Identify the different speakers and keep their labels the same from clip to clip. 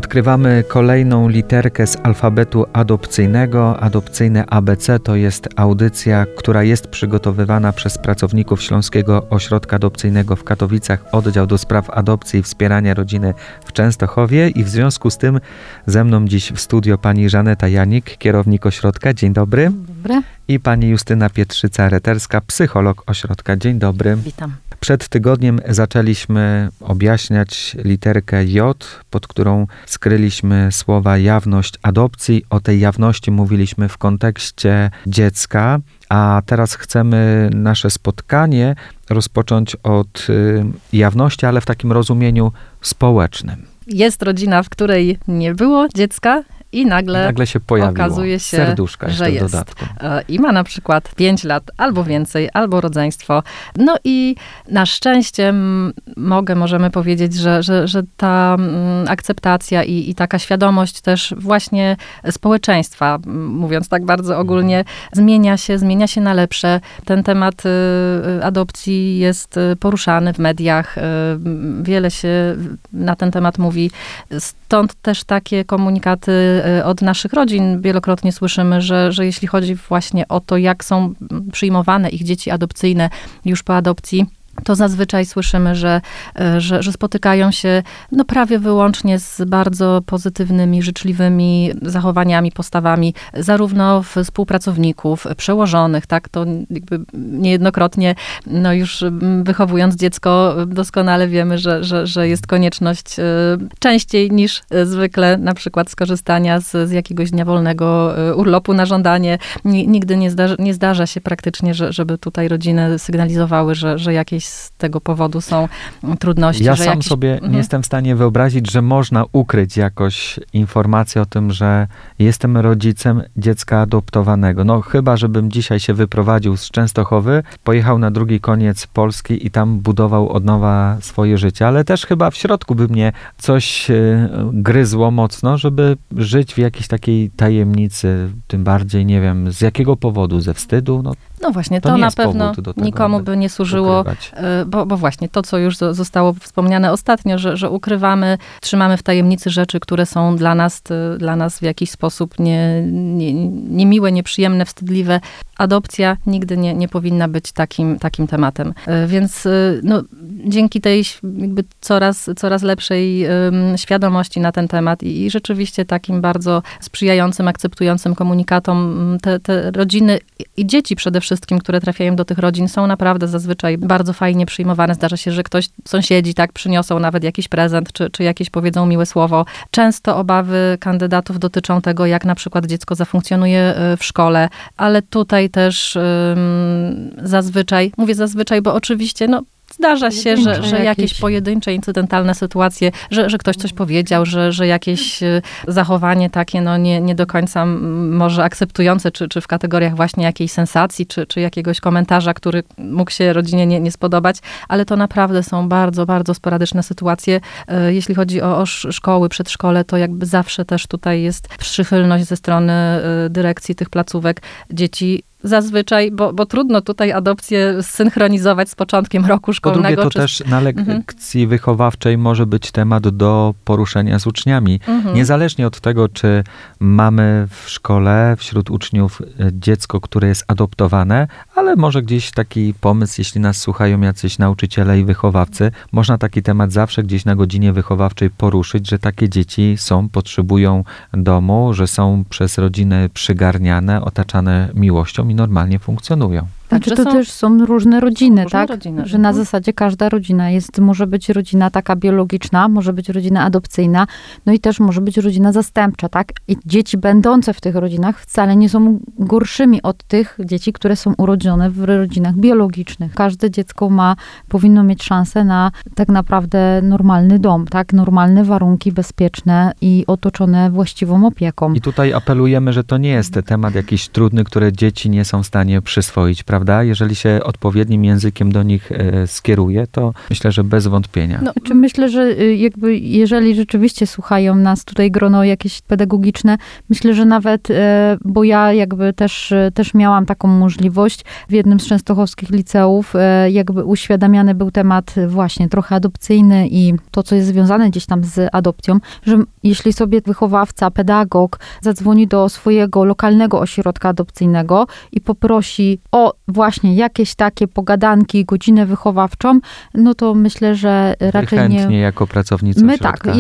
Speaker 1: Odkrywamy kolejną literkę z alfabetu adopcyjnego. Adopcyjne ABC to jest audycja, która jest przygotowywana przez pracowników Śląskiego Ośrodka Adopcyjnego w Katowicach, oddział do spraw adopcji i wspierania rodziny w Częstochowie. I w związku z tym ze mną dziś w studio pani Żaneta Janik, kierownik ośrodka. Dzień dobry.
Speaker 2: Dobry.
Speaker 1: I pani Justyna Pietrzyca-Reterska, psycholog ośrodka. Dzień dobry.
Speaker 2: Witam.
Speaker 1: Przed tygodniem zaczęliśmy objaśniać literkę J, pod którą skryliśmy słowa jawność adopcji. O tej jawności mówiliśmy w kontekście dziecka, a teraz chcemy nasze spotkanie rozpocząć od jawności, ale w takim rozumieniu społecznym.
Speaker 2: Jest rodzina, w której nie było dziecka i nagle się pojawiło. Okazuje się,
Speaker 1: serduszka
Speaker 2: że jest.
Speaker 1: Dodatku.
Speaker 2: I ma na przykład 5 lat, albo więcej, albo rodzeństwo. No i na szczęście możemy powiedzieć, że ta akceptacja i taka świadomość też właśnie społeczeństwa, mówiąc tak bardzo ogólnie, zmienia się na lepsze. Ten temat adopcji jest poruszany w mediach. Wiele się na ten temat mówi. Stąd też takie komunikaty od naszych rodzin wielokrotnie słyszymy, że jeśli chodzi właśnie o to, jak są przyjmowane ich dzieci adopcyjne już po adopcji, to zazwyczaj słyszymy, że spotykają się prawie wyłącznie z bardzo pozytywnymi, życzliwymi zachowaniami, postawami, zarówno współpracowników, przełożonych, tak, to jakby niejednokrotnie, już wychowując dziecko, doskonale wiemy, że jest konieczność częściej niż zwykle, na przykład skorzystania z jakiegoś dnia wolnego, urlopu na żądanie. Nigdy nie zdarza się praktycznie, żeby tutaj rodziny sygnalizowały, że jakieś z tego powodu są trudności.
Speaker 1: Ja sam sobie nie jestem w stanie wyobrazić, że można ukryć jakoś informację o tym, że jestem rodzicem dziecka adoptowanego. Chyba, żebym dzisiaj się wyprowadził z Częstochowy, pojechał na drugi koniec Polski i tam budował od nowa swoje życie, ale też chyba w środku by mnie coś gryzło mocno, żeby żyć w jakiejś takiej tajemnicy, tym bardziej, nie wiem, z jakiego powodu, ze wstydu?
Speaker 2: No właśnie, to na pewno nikomu by nie służyło, bo właśnie to, co już zostało wspomniane ostatnio, że ukrywamy, trzymamy w tajemnicy rzeczy, które są dla nas w jakiś sposób niemiłe, nieprzyjemne, wstydliwe. Adopcja nigdy nie powinna być takim tematem. Więc dzięki tej jakby coraz lepszej świadomości na ten temat i rzeczywiście takim bardzo sprzyjającym, akceptującym komunikatom, te rodziny i dzieci przede wszystkim, które trafiają do tych rodzin, są naprawdę zazwyczaj bardzo fajnie przyjmowane. Zdarza się, że sąsiedzi przyniosą nawet jakiś prezent, czy jakieś powiedzą miłe słowo. Często obawy kandydatów dotyczą tego, jak na przykład dziecko zafunkcjonuje w szkole, ale tutaj też zazwyczaj, mówię zazwyczaj, bo oczywiście, zdarza się, że jakieś pojedyncze, incydentalne sytuacje, że ktoś coś powiedział, że jakieś zachowanie takie, nie do końca może akceptujące, czy w kategoriach właśnie jakiejś sensacji, czy jakiegoś komentarza, który mógł się rodzinie nie spodobać, ale to naprawdę są bardzo, bardzo sporadyczne sytuacje. Jeśli chodzi o szkoły, przedszkole, to jakby zawsze też tutaj jest przychylność ze strony dyrekcji tych placówek. Dzieci zazwyczaj, bo trudno tutaj adopcję zsynchronizować z początkiem roku szkolnego.
Speaker 1: Po drugie, to też na lekcji wychowawczej może być temat do poruszenia z uczniami. Niezależnie od tego, czy mamy w szkole, wśród uczniów dziecko, które jest adoptowane, ale może gdzieś taki pomysł, jeśli nas słuchają jacyś nauczyciele i wychowawcy, można taki temat zawsze gdzieś na godzinie wychowawczej poruszyć, że takie dzieci potrzebują domu, że są przez rodzinę przygarniane, otaczane miłością i normalnie funkcjonują.
Speaker 3: Znaczy to też są różne rodziny, tak? Że na zasadzie każda rodzina może być rodzina taka biologiczna, może być rodzina adopcyjna, i też może być rodzina zastępcza, tak? I dzieci będące w tych rodzinach wcale nie są gorszymi od tych dzieci, które są urodzone w rodzinach biologicznych. Każde dziecko powinno mieć szansę na tak naprawdę normalny dom, tak? Normalne warunki, bezpieczne i otoczone właściwą opieką.
Speaker 1: I tutaj apelujemy, że to nie jest temat jakiś trudny, który dzieci nie są w stanie przyswoić, prawda? prawda? Jeżeli się odpowiednim językiem do nich skieruje, to myślę, że bez wątpienia.
Speaker 3: No, myślę, że jakby jeżeli rzeczywiście słuchają nas tutaj grono jakieś pedagogiczne, myślę, że nawet, bo ja jakby też miałam taką możliwość w jednym z częstochowskich liceów, jakby uświadamiany był temat właśnie trochę adopcyjny i to, co jest związane gdzieś tam z adopcją, że jeśli sobie wychowawca, pedagog zadzwoni do swojego lokalnego ośrodka adopcyjnego i poprosi o właśnie jakieś takie pogadanki, godzinę wychowawczą, no to myślę, że raczej
Speaker 1: chętnie jako pracownicy ośrodka.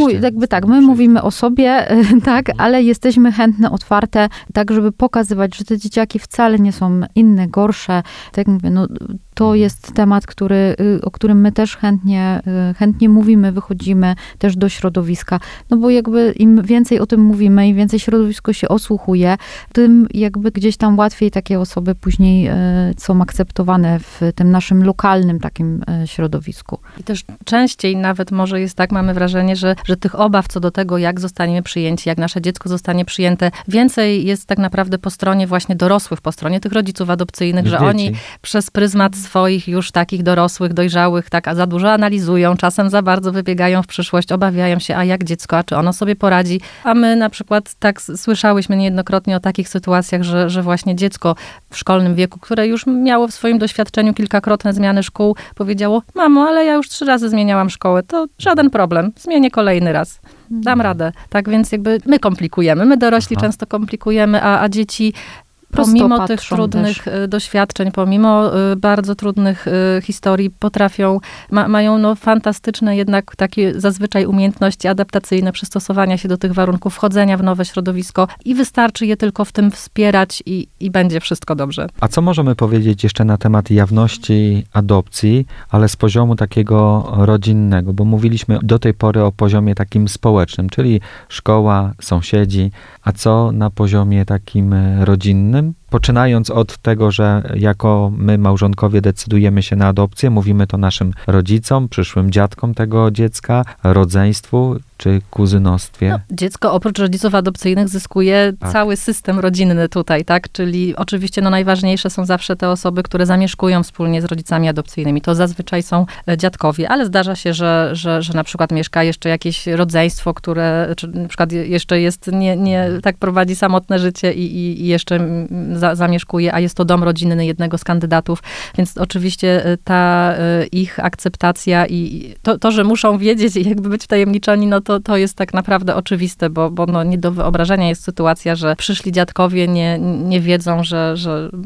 Speaker 3: My mówimy o sobie, tak, ale jesteśmy chętne, otwarte, tak, żeby pokazywać, że te dzieciaki wcale nie są inne, gorsze. Tak jak mówię, no to jest temat, o którym my też chętnie mówimy, wychodzimy też do środowiska. No bo jakby im więcej o tym mówimy, im więcej środowisko się osłuchuje, tym jakby gdzieś tam łatwiej takie osoby później są akceptowane w tym naszym lokalnym takim środowisku.
Speaker 2: I też częściej nawet może jest tak, mamy wrażenie, że tych obaw co do tego, jak zostaniemy przyjęci, jak nasze dziecko zostanie przyjęte, więcej jest tak naprawdę po stronie właśnie dorosłych, po stronie tych rodziców adopcyjnych, że oni przez pryzmat swoich już takich dorosłych, dojrzałych, tak, a za dużo analizują, czasem za bardzo wybiegają w przyszłość, obawiają się, a jak dziecko, a czy ono sobie poradzi. A my na przykład tak słyszałyśmy niejednokrotnie o takich sytuacjach, że właśnie dziecko w szkolnym wieku, które już miało w swoim doświadczeniu kilkakrotne zmiany szkół, powiedziało: mamo, ale ja już 3 razy zmieniałam szkołę, to żaden problem, zmienię kolejny raz. Dam radę. Tak więc jakby my komplikujemy, my dorośli często komplikujemy, a dzieci pomimo tych trudnych doświadczeń, pomimo bardzo trudnych historii potrafią, mają fantastyczne jednak takie zazwyczaj umiejętności adaptacyjne, przystosowania się do tych warunków, wchodzenia w nowe środowisko i wystarczy je tylko w tym wspierać i będzie wszystko dobrze.
Speaker 1: A co możemy powiedzieć jeszcze na temat jawności adopcji, ale z poziomu takiego rodzinnego, bo mówiliśmy do tej pory o poziomie takim społecznym, czyli szkoła, sąsiedzi, a co na poziomie takim rodzinnym? Poczynając od tego, że jako my, małżonkowie, decydujemy się na adopcję, mówimy to naszym rodzicom, przyszłym dziadkom tego dziecka, rodzeństwu czy kuzynostwie.
Speaker 2: No, dziecko oprócz rodziców adopcyjnych zyskuje cały system rodzinny tutaj, tak? Czyli oczywiście najważniejsze są zawsze te osoby, które zamieszkują wspólnie z rodzicami adopcyjnymi. To zazwyczaj są dziadkowie, ale zdarza się, że na przykład mieszka jeszcze jakieś rodzeństwo, które czy na przykład jeszcze jest, nie tak prowadzi samotne życie i jeszcze zamieszkuje, a jest to dom rodzinny jednego z kandydatów, więc oczywiście ta ich akceptacja i to, że muszą wiedzieć i jakby być wtajemniczeni, no to jest tak naprawdę oczywiste, bo nie do wyobrażenia jest sytuacja, że przyszli dziadkowie nie wiedzą, że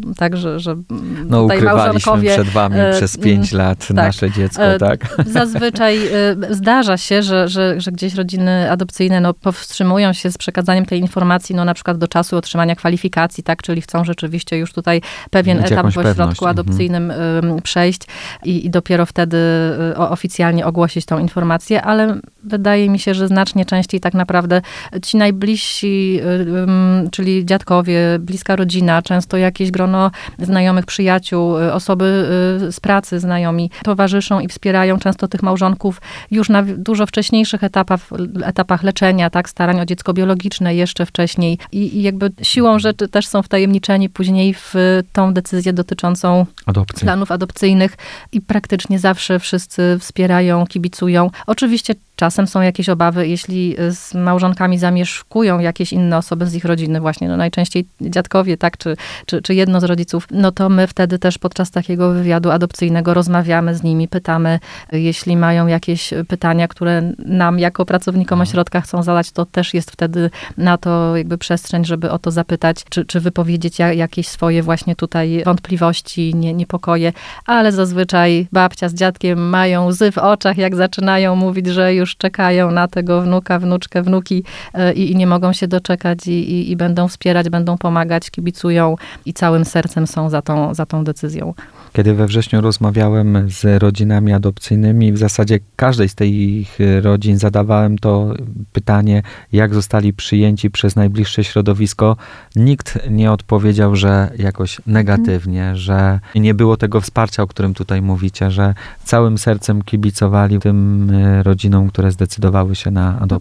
Speaker 1: no tutaj małżonkowie przed wami przez 5 lat nasze dziecko, tak?
Speaker 2: Zazwyczaj zdarza się, że gdzieś rodziny adopcyjne powstrzymują się z przekazaniem tej informacji, na przykład do czasu otrzymania kwalifikacji, tak? Czyli chcą rzeczywiście już tutaj pewien etap w ośrodku adopcyjnym przejść i dopiero wtedy oficjalnie ogłosić tą informację, ale wydaje mi się, że znacznie częściej tak naprawdę ci najbliżsi, czyli dziadkowie, bliska rodzina, często jakieś grono znajomych, przyjaciół, osoby z pracy, znajomi, towarzyszą i wspierają często tych małżonków już na dużo wcześniejszych etapach leczenia, tak, starań o dziecko biologiczne jeszcze wcześniej i jakby siłą rzeczy też są wtajemniczeni później w tą decyzję dotyczącą planów adopcyjnych i praktycznie zawsze wszyscy wspierają, kibicują. Oczywiście czasem są jakieś obawy, jeśli z małżonkami zamieszkują jakieś inne osoby z ich rodziny, właśnie najczęściej dziadkowie, tak, czy jedno z rodziców, no to my wtedy też podczas takiego wywiadu adopcyjnego rozmawiamy z nimi, pytamy, jeśli mają jakieś pytania, które nam jako pracownikom ośrodka chcą zadać, to też jest wtedy na to jakby przestrzeń, żeby o to zapytać, czy wypowiedzieć jakieś swoje właśnie tutaj wątpliwości, niepokoje, ale zazwyczaj babcia z dziadkiem mają łzy w oczach, jak zaczynają mówić, że już czekają na tego wnuka, wnuczkę, wnuki i nie mogą się doczekać i będą wspierać, będą pomagać, kibicują i całym sercem są za tą decyzją.
Speaker 1: Kiedy we wrześniu rozmawiałem z rodzinami adopcyjnymi, w zasadzie każdej z tych rodzin zadawałem to pytanie, jak zostali przyjęci przez najbliższe środowisko. Nikt nie odpowiedział, że jakoś negatywnie, że nie było tego wsparcia, o którym tutaj mówicie, że całym sercem kibicowali tym rodzinom, które zdecydowały się na adopcję.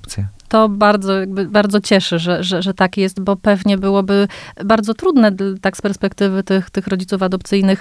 Speaker 2: to bardzo cieszy, że tak jest, bo pewnie byłoby bardzo trudne tak z perspektywy tych rodziców adopcyjnych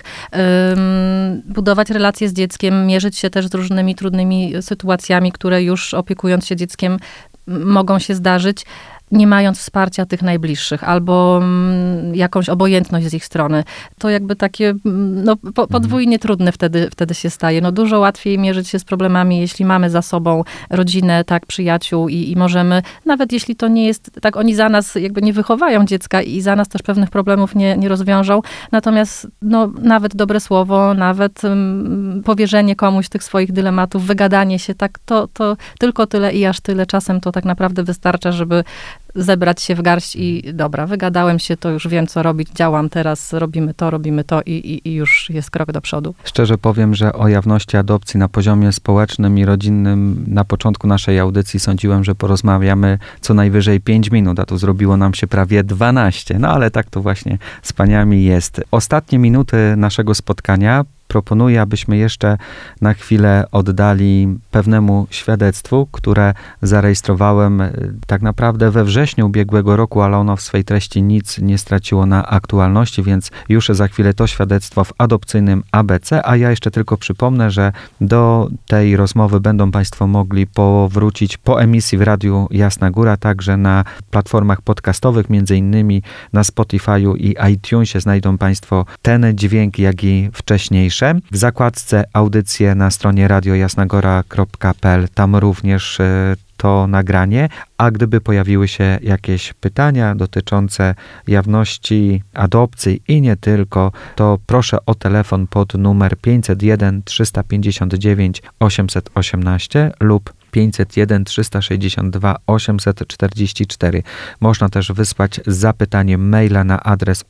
Speaker 2: budować relacje z dzieckiem, mierzyć się też z różnymi trudnymi sytuacjami, które już opiekując się dzieckiem mogą się zdarzyć, nie mając wsparcia tych najbliższych, albo jakąś obojętność z ich strony. To jakby takie podwójnie trudne wtedy się staje. Dużo łatwiej mierzyć się z problemami, jeśli mamy za sobą rodzinę, tak, przyjaciół i możemy, nawet jeśli to nie jest, tak oni za nas jakby nie wychowają dziecka i za nas też pewnych problemów nie rozwiążą. Natomiast nawet dobre słowo, nawet powierzenie komuś tych swoich dylematów, wygadanie się, tak, to tylko tyle i aż tyle. Czasem to tak naprawdę wystarcza, żeby zebrać się w garść i dobra, wygadałem się, to już wiem, co robić, działam teraz, robimy to i już jest krok do przodu.
Speaker 1: Szczerze powiem, że o jawności adopcji na poziomie społecznym i rodzinnym na początku naszej audycji sądziłem, że porozmawiamy co najwyżej 5 minut, a tu zrobiło nam się prawie 12. Ale tak to właśnie z paniami jest. Ostatnie minuty naszego spotkania proponuję, abyśmy jeszcze na chwilę oddali pewnemu świadectwu, które zarejestrowałem tak naprawdę we wrześniu ubiegłego roku, ale ono w swej treści nic nie straciło na aktualności, więc już za chwilę to świadectwo w adopcyjnym ABC, a ja jeszcze tylko przypomnę, że do tej rozmowy będą państwo mogli powrócić po emisji w Radiu Jasna Góra, także na platformach podcastowych, między innymi na Spotify'u i iTunesie znajdą państwo ten dźwięk, jak i wcześniejsze. W zakładce audycje na stronie radiojasnagora.pl, tam również to nagranie, a gdyby pojawiły się jakieś pytania dotyczące jawności adopcji i nie tylko, to proszę o telefon pod numer 501 359 818 lub 501 362 844. Można też wysłać zapytanie maila na adres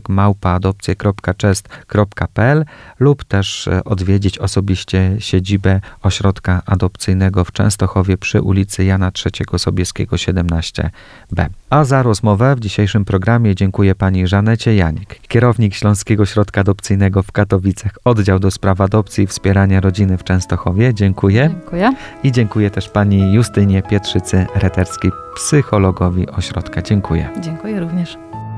Speaker 1: ośrodek@adopcje.chest.pl lub też odwiedzić osobiście siedzibę Ośrodka Adopcyjnego w Częstochowie przy ulicy Jana III Sobieskiego 17b. A za rozmowę w dzisiejszym programie dziękuję pani Żanecie Janik, kierownik Śląskiego Ośrodka Adopcyjnego w Katowicach, oddział do spraw adopcji i wspierania rodziny w Częstochowie. Dziękuję.
Speaker 3: Dziękuję.
Speaker 1: I dziękuję też pani Justynie Pietrzycy-Reterskiej, psychologowi ośrodka. Dziękuję.
Speaker 2: Dziękuję również.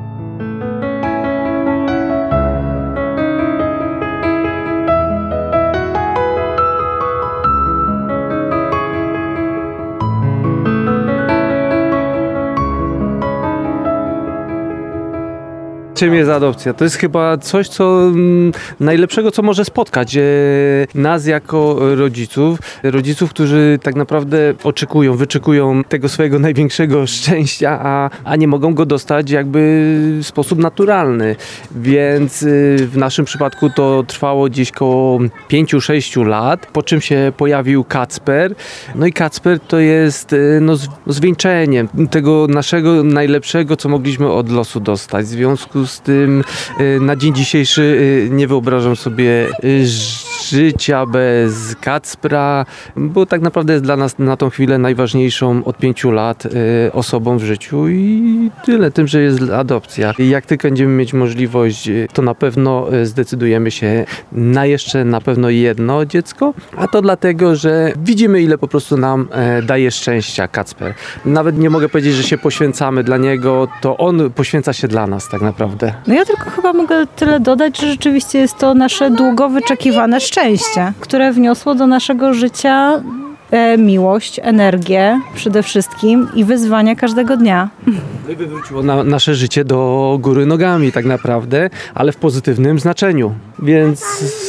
Speaker 4: Czym jest adopcja? To jest chyba coś, co najlepszego, co może spotkać nas jako rodziców, którzy tak naprawdę wyczekują tego swojego największego szczęścia, a nie mogą go dostać jakby w sposób naturalny. Więc w naszym przypadku to trwało gdzieś koło 5-6 lat, po czym się pojawił Kacper. No i Kacper to jest zwieńczeniem tego naszego najlepszego, co mogliśmy od losu dostać. W związku z tym na dzień dzisiejszy nie wyobrażam sobie życia bez Kacpra, bo tak naprawdę jest dla nas na tą chwilę najważniejszą od 5 lat osobą w życiu i tyle, tym, że jest adopcja. I jak tylko będziemy mieć możliwość, to na pewno zdecydujemy się na jeszcze na pewno jedno dziecko, a to dlatego, że widzimy, ile po prostu nam daje szczęścia Kacper. Nawet nie mogę powiedzieć, że się poświęcamy dla niego, to on poświęca się dla nas tak naprawdę.
Speaker 5: No ja tylko chyba mogę tyle dodać, że rzeczywiście jest to nasze długo wyczekiwane szczęście, które wniosło do naszego życia miłość, energię przede wszystkim i wyzwania każdego dnia.
Speaker 4: No i wywróciło nasze życie do góry nogami tak naprawdę, ale w pozytywnym znaczeniu. Więc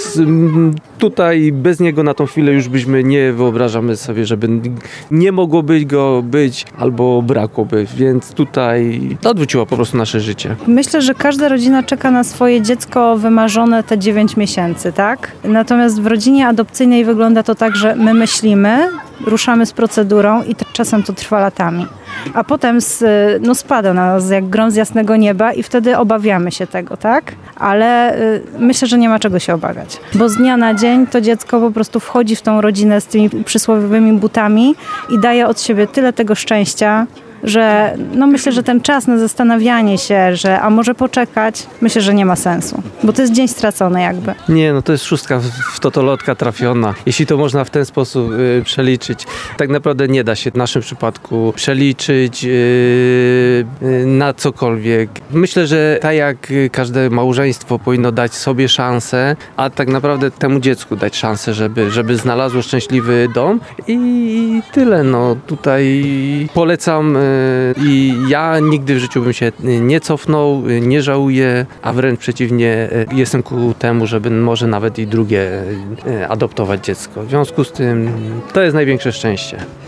Speaker 4: tutaj bez niego na tą chwilę już nie wyobrażamy sobie, żeby nie mogło go być albo brakłoby. Więc tutaj to odwróciło po prostu nasze życie.
Speaker 5: Myślę, że każda rodzina czeka na swoje dziecko wymarzone te 9 miesięcy, tak? Natomiast w rodzinie adopcyjnej wygląda to tak, że my myślimy, ruszamy z procedurą i czasem to trwa latami. A potem spada na nas jak grom z jasnego nieba i wtedy obawiamy się tego, tak? Ale myślę, że nie ma czego się obawiać. Bo z dnia na dzień to dziecko po prostu wchodzi w tą rodzinę z tymi przysłowiowymi butami i daje od siebie tyle tego szczęścia, że myślę, że ten czas na zastanawianie się, że a może poczekać, myślę, że nie ma sensu, bo to jest dzień stracony jakby.
Speaker 4: Nie, to jest szóstka w totolotka trafiona. Jeśli to można w ten sposób przeliczyć. Tak naprawdę nie da się w naszym przypadku przeliczyć na cokolwiek. Myślę, że tak jak każde małżeństwo powinno dać sobie szansę, a tak naprawdę temu dziecku dać szansę, żeby znalazło szczęśliwy dom i tyle. Tutaj polecam i ja nigdy w życiu bym się nie cofnął, nie żałuję, a wręcz przeciwnie, jestem ku temu, żeby może nawet i drugie adoptować dziecko. W związku z tym to jest największe szczęście.